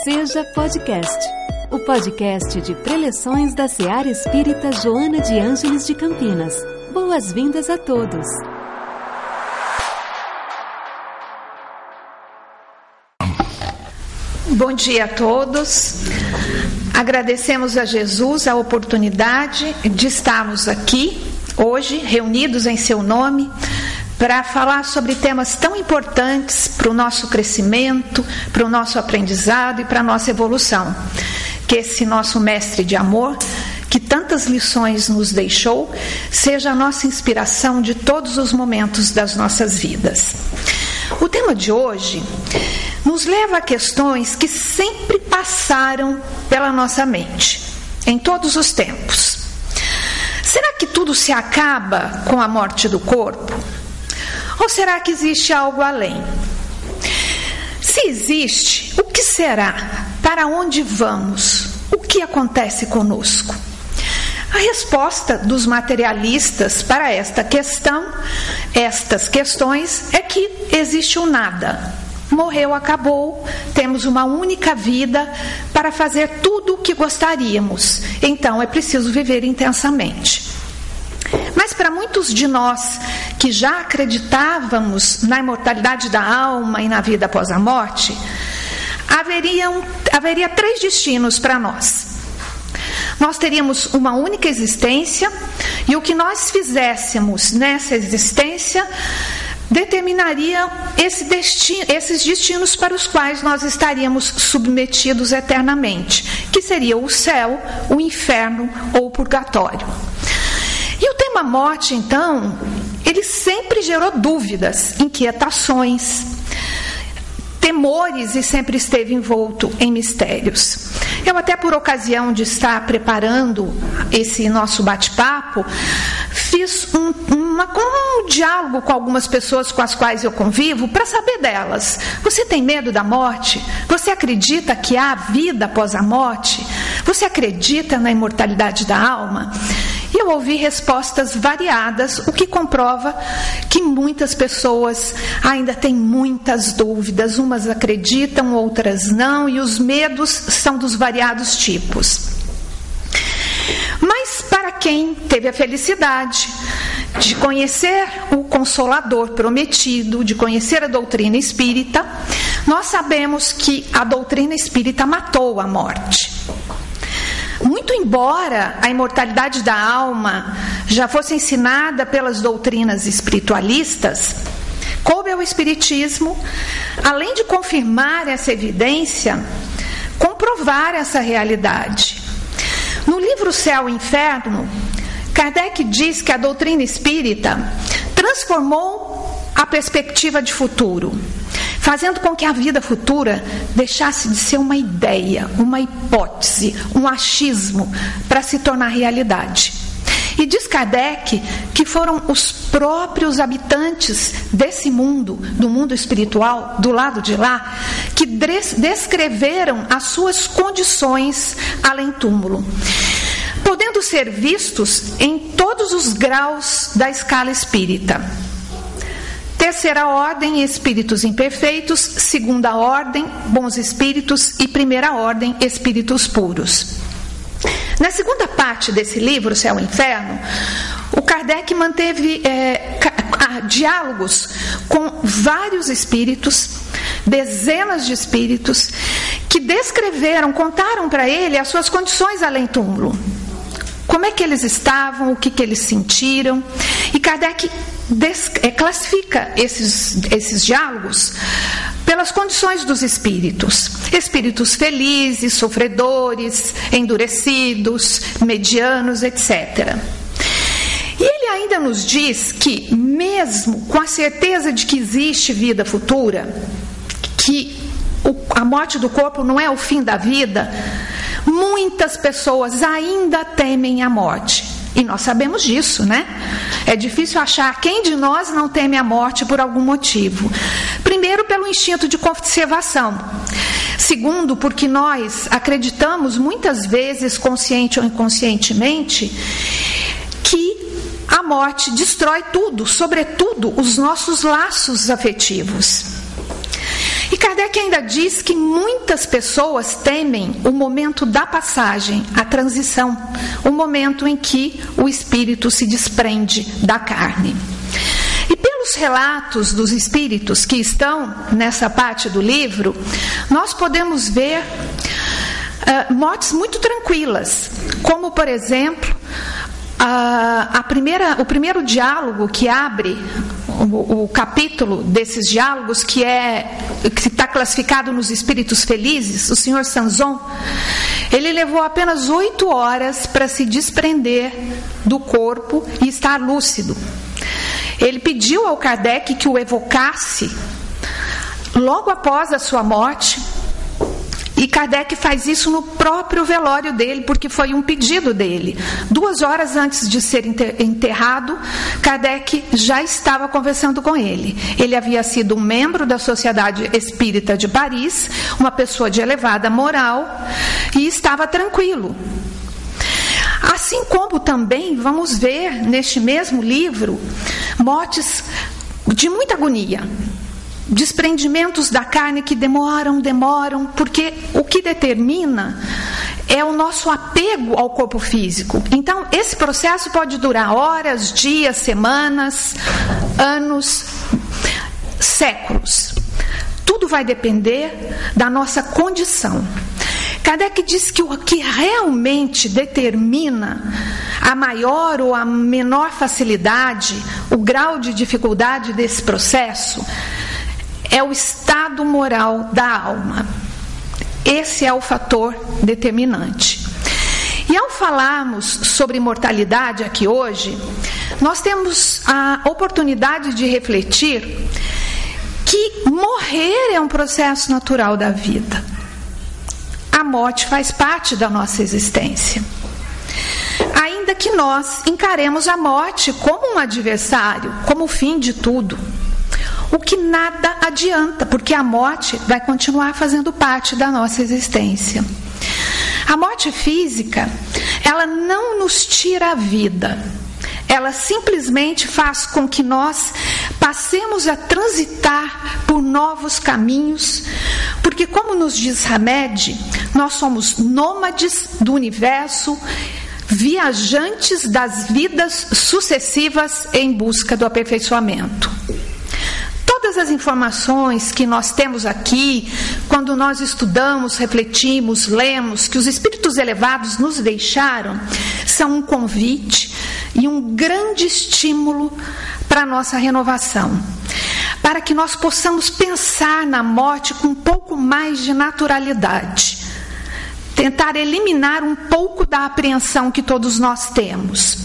Seja Podcast, o podcast de preleções da Seara Espírita Joana de Ângeles de Campinas. Boas-vindas a todos. Bom dia a todos. Agradecemos a Jesus a oportunidade de estarmos aqui hoje, reunidos em seu nome, para falar sobre temas tão importantes para o nosso crescimento, para o nosso aprendizado e para a nossa evolução. Que esse nosso mestre de amor, que tantas lições nos deixou, seja a nossa inspiração de todos os momentos das nossas vidas. O tema de hoje nos leva a questões que sempre passaram pela nossa mente, em todos os tempos. Será que tudo se acaba com a morte do corpo? Ou será que existe algo além? Se existe, o que será? Para onde vamos? O que acontece conosco? A resposta dos materialistas para estas questões, é que existe o nada. Morreu, acabou, temos uma única vida para fazer tudo o que gostaríamos. Então é preciso viver intensamente. Mas para muitos de nós que já acreditávamos na imortalidade da alma e na vida após a morte, haveria 3 destinos para nós. Nós teríamos uma única existência e o que nós fizéssemos nessa existência determinaria esses destinos para os quais nós estaríamos submetidos eternamente, que seria o céu, o inferno ou o purgatório. E o tema morte, então, ele sempre gerou dúvidas, inquietações, temores e sempre esteve envolto em mistérios. Eu até por ocasião de estar preparando esse nosso bate-papo, fiz um diálogo com algumas pessoas com as quais eu convivo para saber delas. Você tem medo da morte? Você acredita que há vida após a morte? Você acredita na imortalidade da alma? E eu ouvi respostas variadas, o que comprova que muitas pessoas ainda têm muitas dúvidas. Umas acreditam, outras não, e os medos são dos variados tipos. Mas para quem teve a felicidade de conhecer o Consolador prometido, de conhecer a doutrina espírita, nós sabemos que a doutrina espírita matou a morte. Muito embora a imortalidade da alma já fosse ensinada pelas doutrinas espiritualistas, coube ao Espiritismo, além de confirmar essa evidência, comprovar essa realidade. No livro Céu e Inferno, Kardec diz que a doutrina espírita transformou a perspectiva de futuro, fazendo com que a vida futura deixasse de ser uma ideia, uma hipótese, um achismo, para se tornar realidade. E diz Kardec que foram os próprios habitantes desse mundo, do mundo espiritual, do lado de lá, que descreveram as suas condições além-túmulo, podendo ser vistos em todos os graus da escala espírita. Terceira ordem, espíritos imperfeitos. Segunda ordem, bons espíritos. E primeira ordem, espíritos puros. Na segunda parte desse livro, Céu e Inferno, o Kardec manteve diálogos com vários espíritos, dezenas de espíritos, que descreveram, contaram para ele as suas condições além-túmulo. Como é que eles estavam, o que eles sentiram. E Kardec classifica esses diálogos pelas condições dos espíritos. Espíritos felizes, sofredores, endurecidos, medianos, etc. E ele ainda nos diz que, mesmo com a certeza de que existe vida futura, que a morte do corpo não é o fim da vida, muitas pessoas ainda temem a morte. E nós sabemos disso, né? É difícil achar quem de nós não teme a morte por algum motivo. Primeiro, pelo instinto de conservação. Segundo, porque nós acreditamos muitas vezes, consciente ou inconscientemente, que a morte destrói tudo, sobretudo os nossos laços afetivos. E Kardec ainda diz que muitas pessoas temem o momento da passagem, a transição, o momento em que o espírito se desprende da carne. E pelos relatos dos espíritos que estão nessa parte do livro, nós podemos ver mortes muito tranquilas, como, por exemplo, o primeiro diálogo que abre o capítulo desses diálogos, que está classificado nos espíritos felizes, o senhor Sanzon, ele levou apenas 8 horas para se desprender do corpo e estar lúcido. Ele pediu ao Kardec que o evocasse logo após a sua morte, e Kardec faz isso no próprio velório dele, porque foi um pedido dele. 2 horas antes de ser enterrado, Kardec já estava conversando com ele. Ele havia sido um membro da Sociedade Espírita de Paris, uma pessoa de elevada moral, e estava tranquilo. Assim como também vamos ver neste mesmo livro mortes de muita agonia, desprendimentos da carne que demoram, porque o que determina é o nosso apego ao corpo físico. Então, esse processo pode durar horas, dias, semanas, anos, séculos. Tudo vai depender da nossa condição. Kardec diz que o que realmente determina a maior ou a menor facilidade, o grau de dificuldade desse processo, é o estado moral da alma. Esse é o fator determinante. E ao falarmos sobre mortalidade aqui hoje, nós temos a oportunidade de refletir que morrer é um processo natural da vida. A morte faz parte da nossa existência. Ainda que nós encaremos a morte como um adversário, como o fim de tudo. O que nada adianta, porque a morte vai continuar fazendo parte da nossa existência. A morte física, ela não nos tira a vida. Ela simplesmente faz com que nós passemos a transitar por novos caminhos, porque, como nos diz Hamed, nós somos nômades do universo, viajantes das vidas sucessivas em busca do aperfeiçoamento. Todas as informações que nós temos aqui, quando nós estudamos, refletimos, lemos, que os espíritos elevados nos deixaram, são um convite e um grande estímulo para a nossa renovação, para que nós possamos pensar na morte com um pouco mais de naturalidade, tentar eliminar um pouco da apreensão que todos nós temos.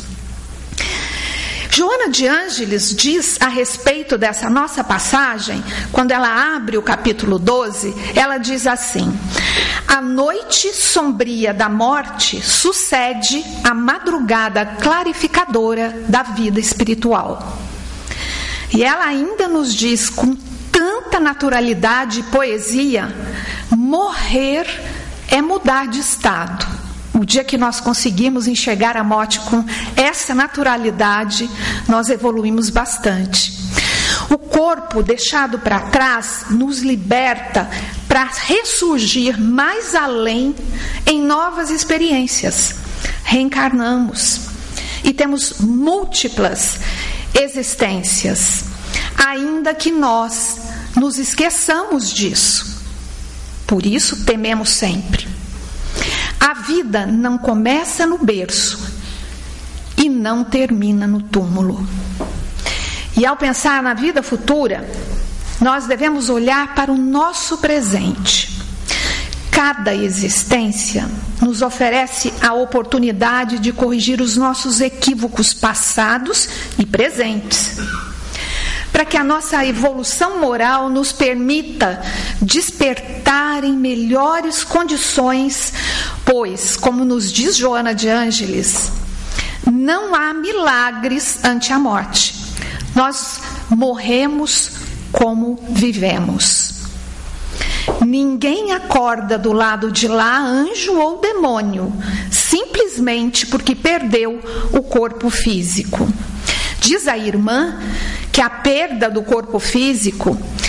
Joana de Ângeles diz a respeito dessa nossa passagem, quando ela abre o capítulo 12, ela diz assim: a noite sombria da morte sucede à madrugada clarificadora da vida espiritual. E ela ainda nos diz com tanta naturalidade e poesia: morrer é mudar de estado. O dia que nós conseguimos enxergar a morte com essa naturalidade, nós evoluímos bastante. O corpo deixado para trás nos liberta para ressurgir mais além em novas experiências. Reencarnamos e temos múltiplas existências, ainda que nós nos esqueçamos disso. Por isso tememos sempre. A vida não começa no berço e não termina no túmulo. E ao pensar na vida futura, nós devemos olhar para o nosso presente. Cada existência nos oferece a oportunidade de corrigir os nossos equívocos passados e presentes, para que a nossa evolução moral nos permita despertar em melhores condições, pois, como nos diz Joana de Ângeles, não há milagres ante a morte. Nós morremos como vivemos. Ninguém acorda do lado de lá anjo ou demônio, simplesmente porque perdeu o corpo físico. Diz a irmã que a perda do corpo físico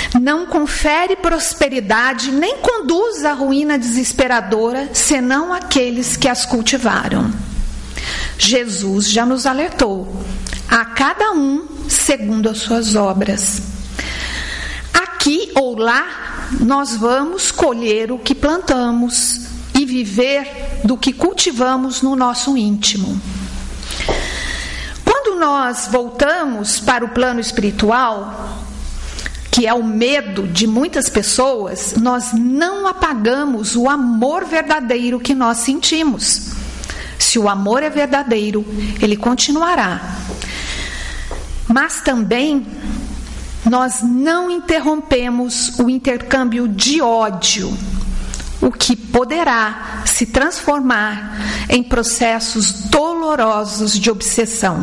não confere prosperidade, nem conduz à ruína desesperadora, senão aqueles que as cultivaram. Jesus já nos alertou: a cada um segundo as suas obras. Aqui ou lá, nós vamos colher o que plantamos e viver do que cultivamos no nosso íntimo. Quando nós voltamos para o plano espiritual, que é o medo de muitas pessoas, nós não apagamos o amor verdadeiro que nós sentimos. Se o amor é verdadeiro, ele continuará. Mas também nós não interrompemos o intercâmbio de ódio, o que poderá se transformar em processos dolorosos de obsessão.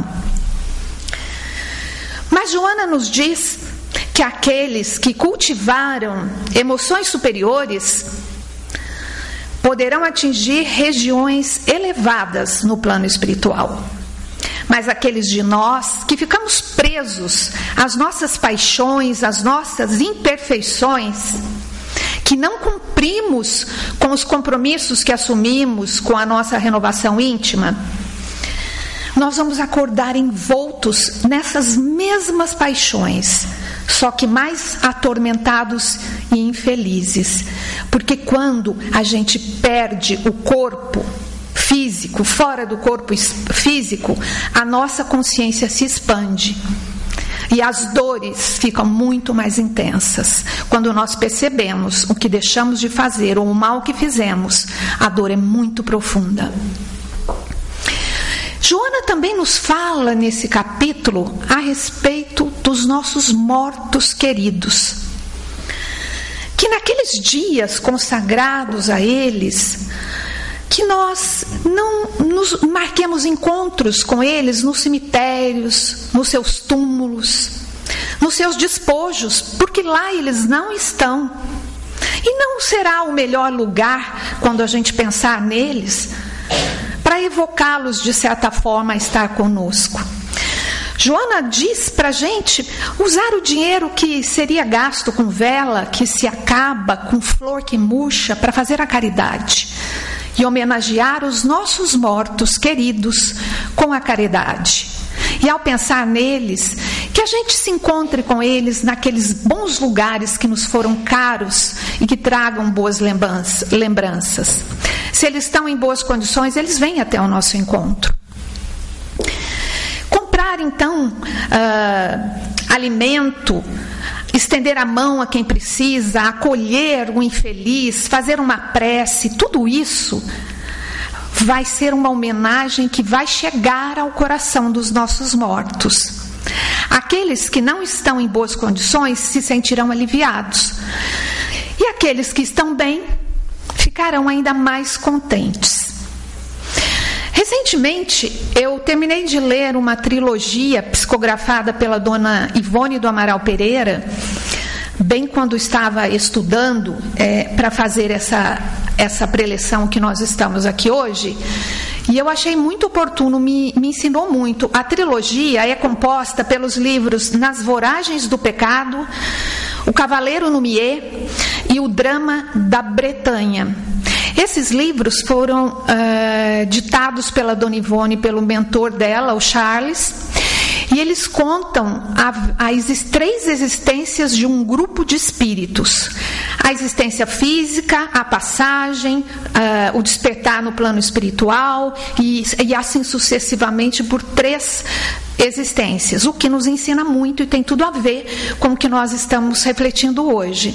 Mas Joana nos diz que aqueles que cultivaram emoções superiores poderão atingir regiões elevadas no plano espiritual. Mas aqueles de nós que ficamos presos às nossas paixões, às nossas imperfeições, que não cumprimos com os compromissos que assumimos com a nossa renovação íntima, nós vamos acordar envoltos nessas mesmas paixões, só que mais atormentados e infelizes. Porque quando a gente perde o corpo físico, fora do corpo físico, a nossa consciência se expande. E as dores ficam muito mais intensas. Quando nós percebemos o que deixamos de fazer ou o mal que fizemos, a dor é muito profunda. Joana também nos fala nesse capítulo a respeito dos nossos mortos queridos. Que naqueles dias consagrados a eles, que nós não nos marquemos encontros com eles nos cemitérios, nos seus túmulos, nos seus despojos, porque lá eles não estão. E não será o melhor lugar, quando a gente pensar neles, para evocá-los de certa forma a estar conosco. Joana diz para a gente usar o dinheiro que seria gasto com vela que se acaba, com flor que murcha, para fazer a caridade e homenagear os nossos mortos queridos com a caridade. E ao pensar neles, que a gente se encontre com eles naqueles bons lugares que nos foram caros e que tragam boas lembranças. Se eles estão em boas condições, eles vêm até o nosso encontro. Comprar então alimento, estender a mão a quem precisa, acolher o infeliz, fazer uma prece, tudo isso vai ser uma homenagem que vai chegar ao coração dos nossos mortos. Aqueles que não estão em boas condições se sentirão aliviados. E aqueles que estão bem ficarão ainda mais contentes. Recentemente, eu terminei de ler uma trilogia psicografada pela dona Ivone do Amaral Pereira, bem quando estava estudando para fazer essa preleção que nós estamos aqui hoje, e eu achei muito oportuno, me ensinou muito. A trilogia é composta pelos livros Nas Voragens do Pecado, O Cavaleiro Numier e O Drama da Bretanha. Esses livros foram ditados pela dona Ivone, pelo mentor dela, o Charles, e eles contam as 3 existências de um grupo de espíritos: a existência física, a passagem, o despertar no plano espiritual e assim sucessivamente por 3 existências, o que nos ensina muito e tem tudo a ver com o que nós estamos refletindo hoje.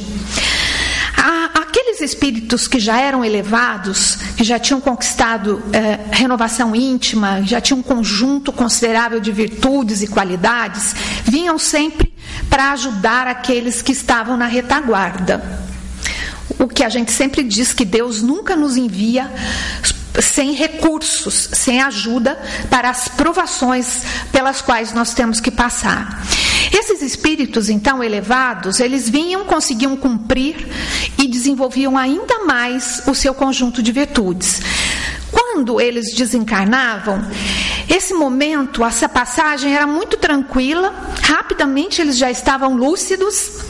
Aqueles espíritos que já eram elevados, que já tinham conquistado renovação íntima, já tinham um conjunto considerável de virtudes e qualidades, vinham sempre para ajudar aqueles que estavam na retaguarda. O que a gente sempre diz, que Deus nunca nos envia sem recursos, sem ajuda para as provações pelas quais nós temos que passar. Esses espíritos, então, elevados, eles vinham, conseguiam cumprir e desenvolviam ainda mais o seu conjunto de virtudes. Quando eles desencarnavam, esse momento, essa passagem era muito tranquila, rapidamente eles já estavam lúcidos e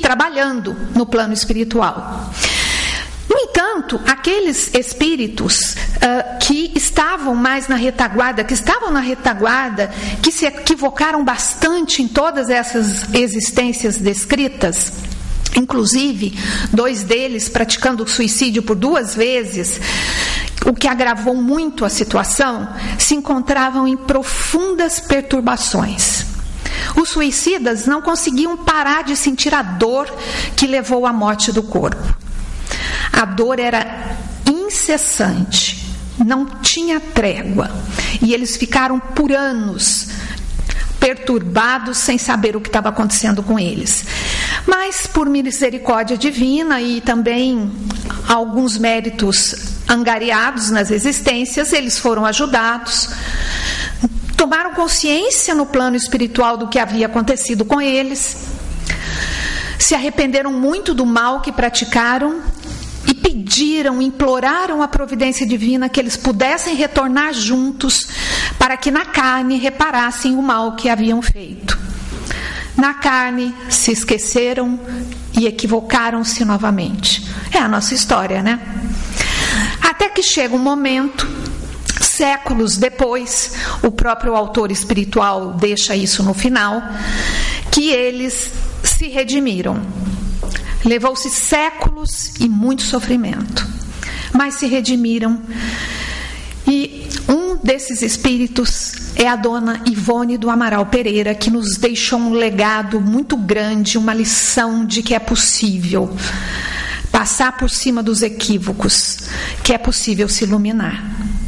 trabalhando no plano espiritual. No entanto, aqueles espíritos que estavam mais na retaguarda, que se equivocaram bastante em todas essas existências descritas, inclusive 2 deles praticando suicídio por 2 vezes, o que agravou muito a situação, se encontravam em profundas perturbações. Os suicidas não conseguiam parar de sentir a dor que levou à morte do corpo. A dor era incessante, não tinha trégua, e eles ficaram por anos perturbados sem saber o que estava acontecendo com eles. Mas por misericórdia divina e também alguns méritos angariados nas existências, eles foram ajudados, tomaram consciência no plano espiritual do que havia acontecido com eles, se arrependeram muito do mal que praticaram e pediram, imploraram a providência divina que eles pudessem retornar juntos para que na carne reparassem o mal que haviam feito. Na carne se esqueceram e equivocaram-se novamente. É a nossa história, né? Até que chega um momento, séculos depois, o próprio autor espiritual deixa isso no final, que eles se redimiram. Levou-se séculos e muito sofrimento, mas se redimiram. E um desses espíritos é a dona Ivone do Amaral Pereira, que nos deixou um legado muito grande, uma lição de que é possível passar por cima dos equívocos, que é possível se iluminar.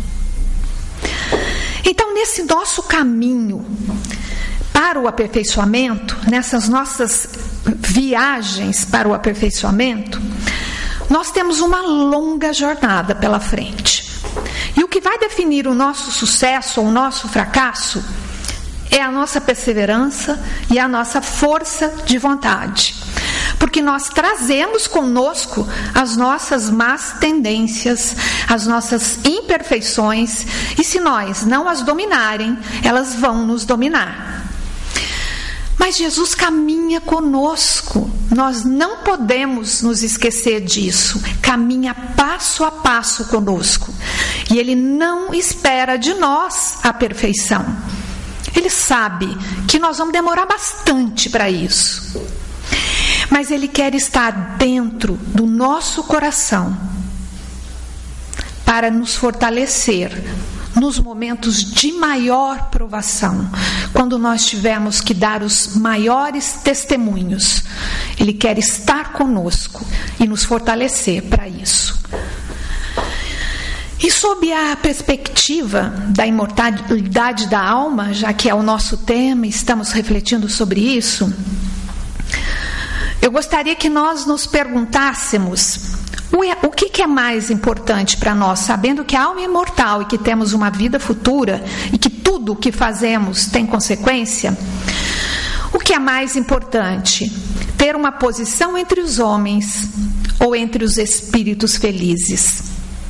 Então, nesse nosso caminho para o aperfeiçoamento, nessas nossas viagens para o aperfeiçoamento, nós temos uma longa jornada pela frente. E o que vai definir o nosso sucesso ou o nosso fracasso é a nossa perseverança e a nossa força de vontade. Porque nós trazemos conosco as nossas más tendências, as nossas imperfeições, e se nós não as dominarem, elas vão nos dominar. Mas Jesus caminha conosco, nós não podemos nos esquecer disso, caminha passo a passo conosco, e Ele não espera de nós a perfeição. Ele sabe que nós vamos demorar bastante para isso, mas Ele quer estar dentro do nosso coração para nos fortalecer nos momentos de maior provação, quando nós tivermos que dar os maiores testemunhos. Ele quer estar conosco e nos fortalecer para isso. E sob a perspectiva da imortalidade da alma, já que é o nosso tema, estamos refletindo sobre isso, eu gostaria que nós nos perguntássemos: o que é mais importante para nós, sabendo que a alma é imortal e que temos uma vida futura e que tudo o que fazemos tem consequência? O que é mais importante? Ter uma posição entre os homens ou entre os espíritos felizes?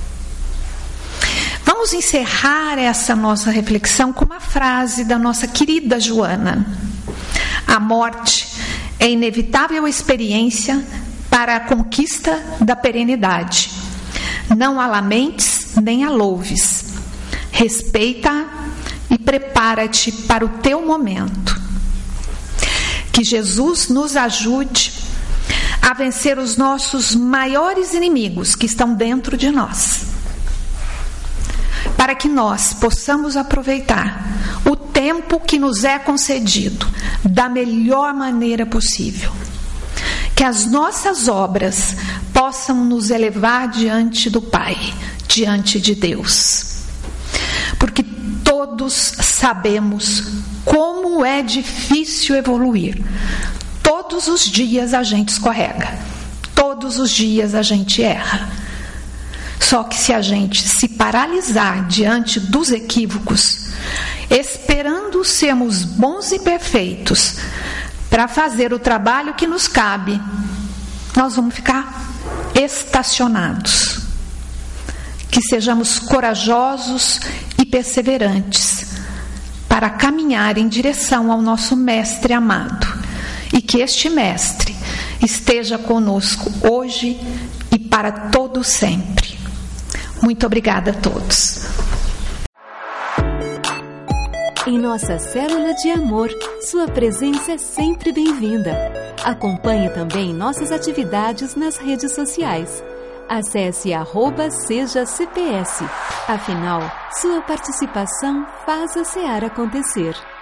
Vamos encerrar essa nossa reflexão com uma frase da nossa querida Joana: a morte é inevitável experiência para a conquista da perenidade. Não a lamentes nem a louves. Respeita e prepara-te para o teu momento. Que Jesus nos ajude a vencer os nossos maiores inimigos que estão dentro de nós, para que nós possamos aproveitar o tempo que nos é concedido da melhor maneira possível. Que as nossas obras possam nos elevar diante do Pai, diante de Deus. Porque todos sabemos como é difícil evoluir. Todos os dias a gente escorrega. Todos os dias a gente erra. Só que se a gente se paralisar diante dos equívocos, esperando sermos bons e perfeitos para fazer o trabalho que nos cabe, nós vamos ficar estacionados. Que sejamos corajosos e perseverantes para caminhar em direção ao nosso Mestre amado, e que este Mestre esteja conosco hoje e para todo sempre. Muito obrigada a todos. Em nossa célula de amor, sua presença é sempre bem-vinda. Acompanhe também nossas atividades nas redes sociais. Acesse @SejaCPS. Afinal, sua participação faz a SEAR acontecer.